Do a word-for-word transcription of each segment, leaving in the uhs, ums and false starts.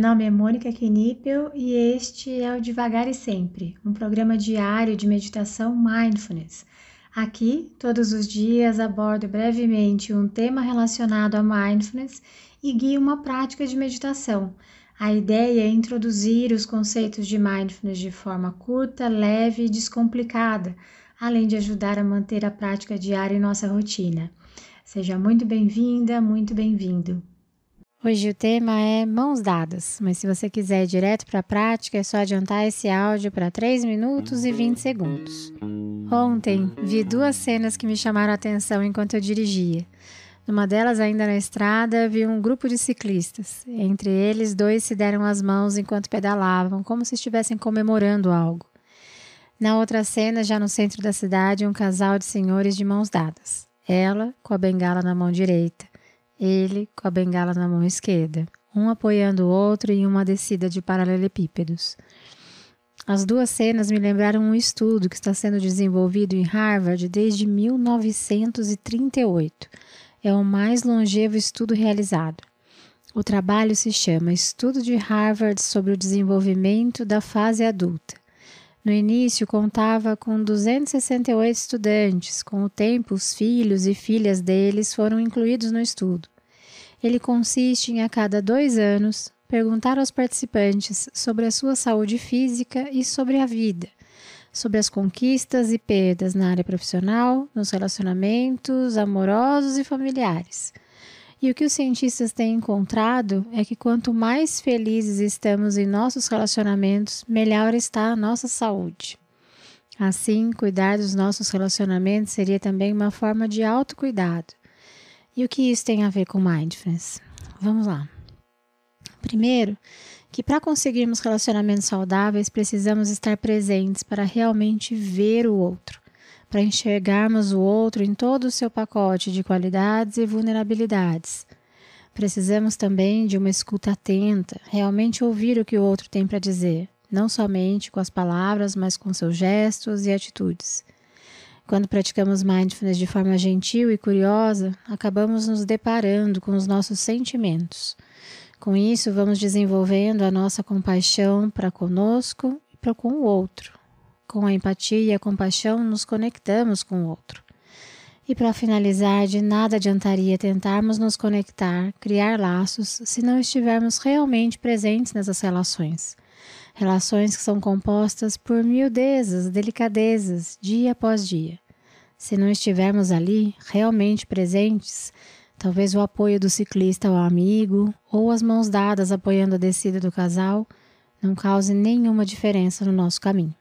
nome é Mônica Knippel e este é o Devagar e Sempre, um programa diário de meditação mindfulness. Aqui, todos os dias, abordo brevemente um tema relacionado a mindfulness e guio uma prática de meditação. A ideia é introduzir os conceitos de mindfulness de forma curta, leve e descomplicada, além de ajudar a manter a prática diária em nossa rotina. Seja muito bem-vinda, muito bem-vindo. Hoje o tema é mãos dadas, mas se você quiser ir direto para a prática, é só adiantar esse áudio para três minutos e vinte segundos. Ontem, vi duas cenas que me chamaram a atenção enquanto eu dirigia. Numa delas, ainda na estrada, vi um grupo de ciclistas. Entre eles, dois se deram as mãos enquanto pedalavam, como se estivessem comemorando algo. Na outra cena, já no centro da cidade, um casal de senhores de mãos dadas. Ela com a bengala na mão direita. Ele com a bengala na mão esquerda, um apoiando o outro em uma descida de paralelepípedos. As duas cenas me lembraram um estudo que está sendo desenvolvido em Harvard desde mil novecentos e trinta e oito. É o mais longevo estudo realizado. O trabalho se chama Estudo de Harvard sobre o Desenvolvimento da Fase Adulta. No início, contava com duzentos e sessenta e oito estudantes. Com o tempo, os filhos e filhas deles foram incluídos no estudo. Ele consiste em, a cada dois anos, perguntar aos participantes sobre a sua saúde física e sobre a vida, sobre as conquistas e perdas na área profissional, nos relacionamentos amorosos e familiares. E o que os cientistas têm encontrado é que quanto mais felizes estamos em nossos relacionamentos, melhor está a nossa saúde. Assim, cuidar dos nossos relacionamentos seria também uma forma de autocuidado. E o que isso tem a ver com mindfulness? Vamos lá. Primeiro, que para conseguirmos relacionamentos saudáveis, precisamos estar presentes para realmente ver o outro, para enxergarmos o outro em todo o seu pacote de qualidades e vulnerabilidades. Precisamos também de uma escuta atenta, realmente ouvir o que o outro tem para dizer, não somente com as palavras, mas com seus gestos e atitudes. Quando praticamos mindfulness de forma gentil e curiosa, acabamos nos deparando com os nossos sentimentos. Com isso, vamos desenvolvendo a nossa compaixão para conosco e para com o outro. Com a empatia e a compaixão, nos conectamos com o outro. E para finalizar, de nada adiantaria tentarmos nos conectar, criar laços, se não estivermos realmente presentes nessas relações. Relações que são compostas por miudezas, delicadezas, dia após dia. Se não estivermos ali, realmente presentes, talvez o apoio do ciclista ao amigo ou as mãos dadas apoiando a descida do casal não cause nenhuma diferença no nosso caminho.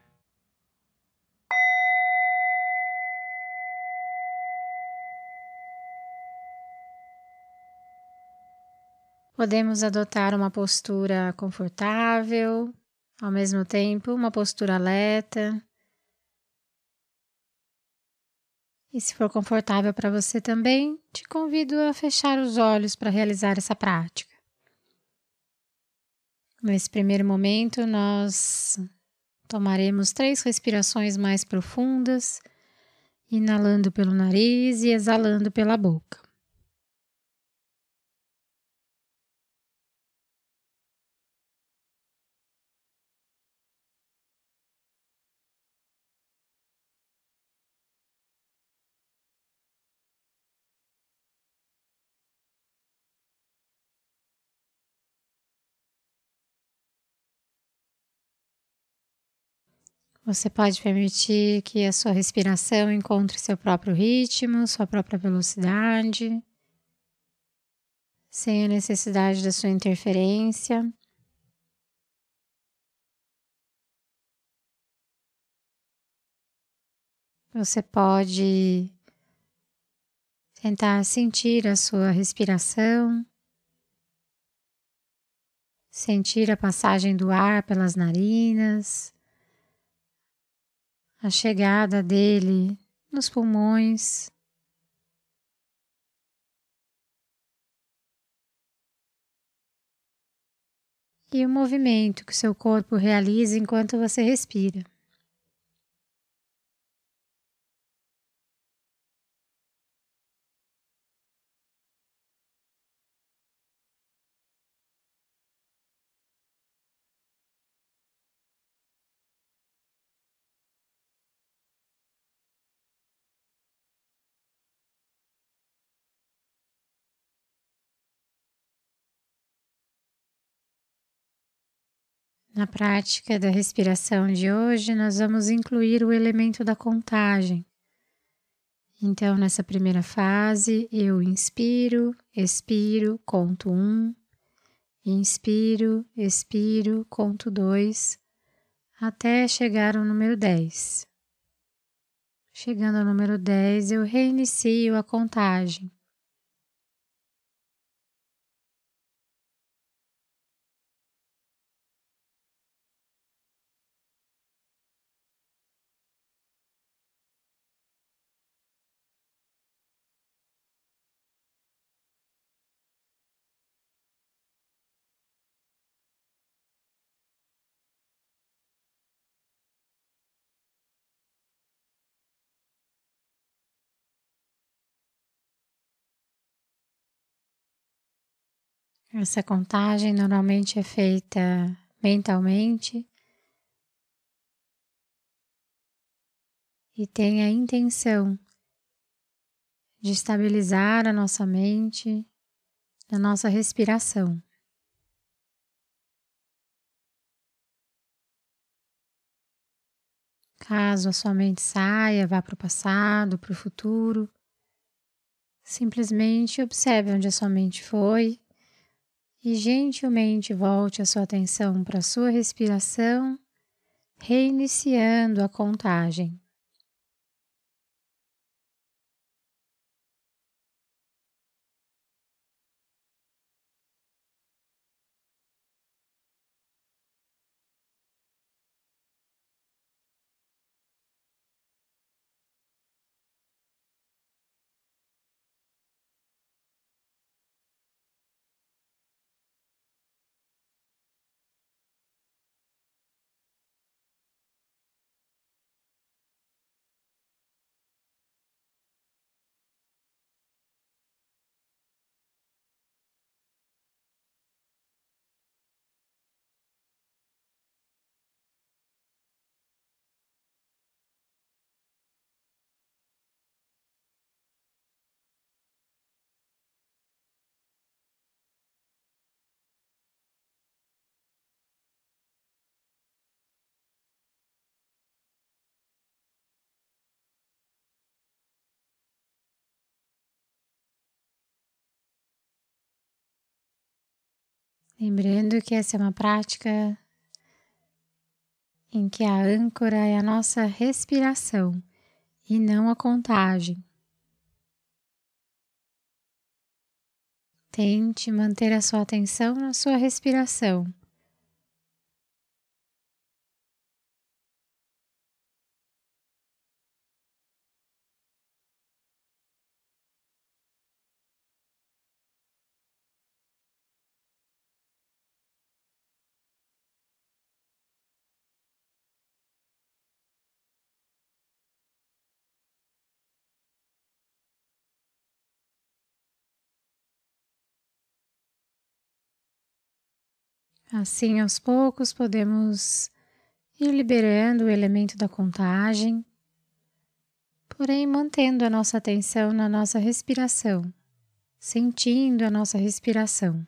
Podemos adotar uma postura confortável, ao mesmo tempo uma postura alerta. E se for confortável para você também, te convido a fechar os olhos para realizar essa prática. Nesse primeiro momento, nós tomaremos três respirações mais profundas, inalando pelo nariz e exalando pela boca. Você pode permitir que a sua respiração encontre seu próprio ritmo, sua própria velocidade, sem a necessidade da sua interferência. Você pode tentar sentir a sua respiração, sentir a passagem do ar pelas narinas, a chegada dele nos pulmões. E o movimento que o seu corpo realiza enquanto você respira. Na prática da respiração de hoje, nós vamos incluir o elemento da contagem. Então, nessa primeira fase, eu inspiro, expiro, conto um, inspiro, expiro, conto dois, até chegar ao número dez. Chegando ao número dez, eu reinicio a contagem. Essa contagem normalmente é feita mentalmente e tem a intenção de estabilizar a nossa mente, a nossa respiração. Caso a sua mente saia, vá para o passado, para o futuro, simplesmente observe onde a sua mente foi e gentilmente volte a sua atenção para a sua respiração, reiniciando a contagem. Lembrando que essa é uma prática em que a âncora é a nossa respiração e não a contagem. Tente manter a sua atenção na sua respiração. Assim, aos poucos, podemos ir liberando o elemento da contagem, porém mantendo a nossa atenção na nossa respiração, sentindo a nossa respiração.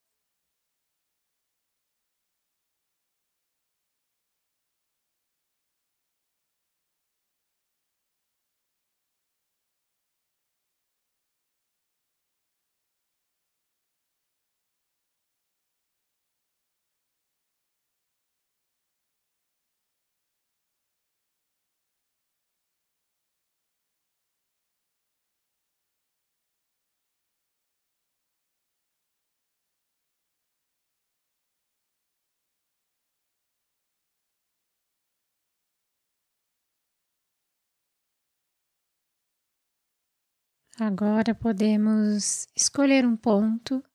Agora podemos escolher um ponto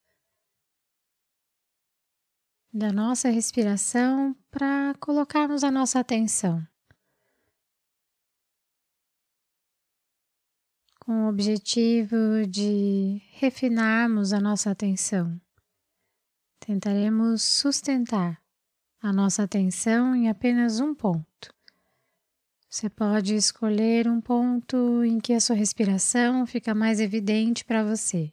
da nossa respiração para colocarmos a nossa atenção, com o objetivo de refinarmos a nossa atenção. Tentaremos sustentar a nossa atenção em apenas um ponto. Você pode escolher um ponto em que a sua respiração fica mais evidente para você.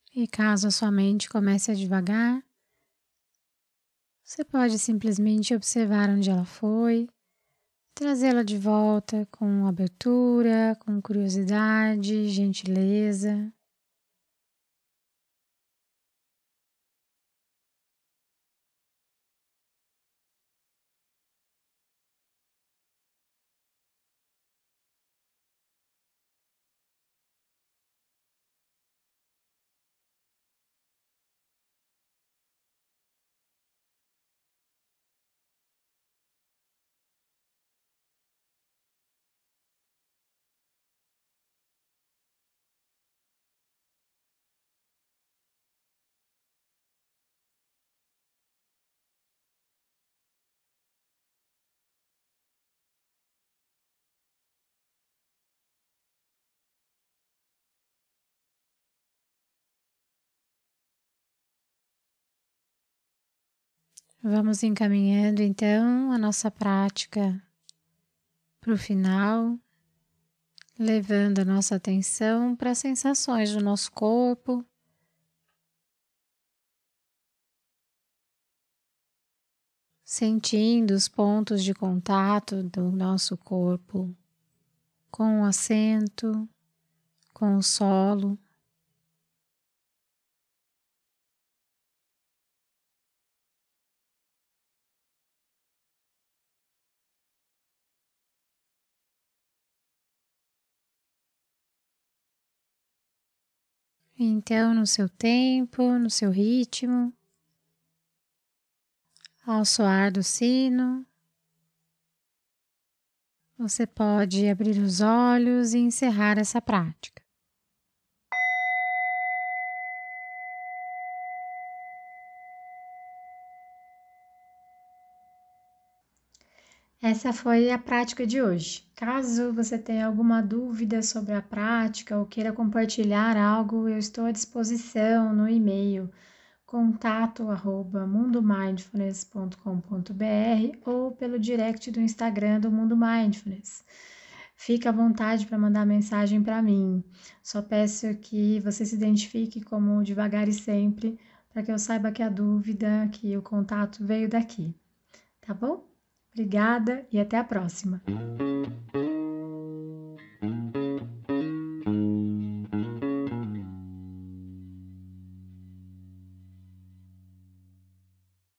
E caso a sua mente comece a divagar, você pode simplesmente observar onde ela foi, trazê-la de volta com abertura, com curiosidade, gentileza. Vamos encaminhando então a nossa prática para o final, levando a nossa atenção para as sensações do nosso corpo, sentindo os pontos de contato do nosso corpo com o assento, com o solo. Então, no seu tempo, no seu ritmo, ao soar do sino, você pode abrir os olhos e encerrar essa prática. Essa foi a prática de hoje. Caso você tenha alguma dúvida sobre a prática ou queira compartilhar algo, eu estou à disposição no e-mail contato arroba mundomindfulness ponto com ponto br ou pelo direct do Instagram do Mundo Mindfulness. Fique à vontade para mandar mensagem para mim. Só peço que você se identifique como Devagar e Sempre, para que eu saiba que a dúvida, que o contato veio daqui. Tá bom? Obrigada e até a próxima!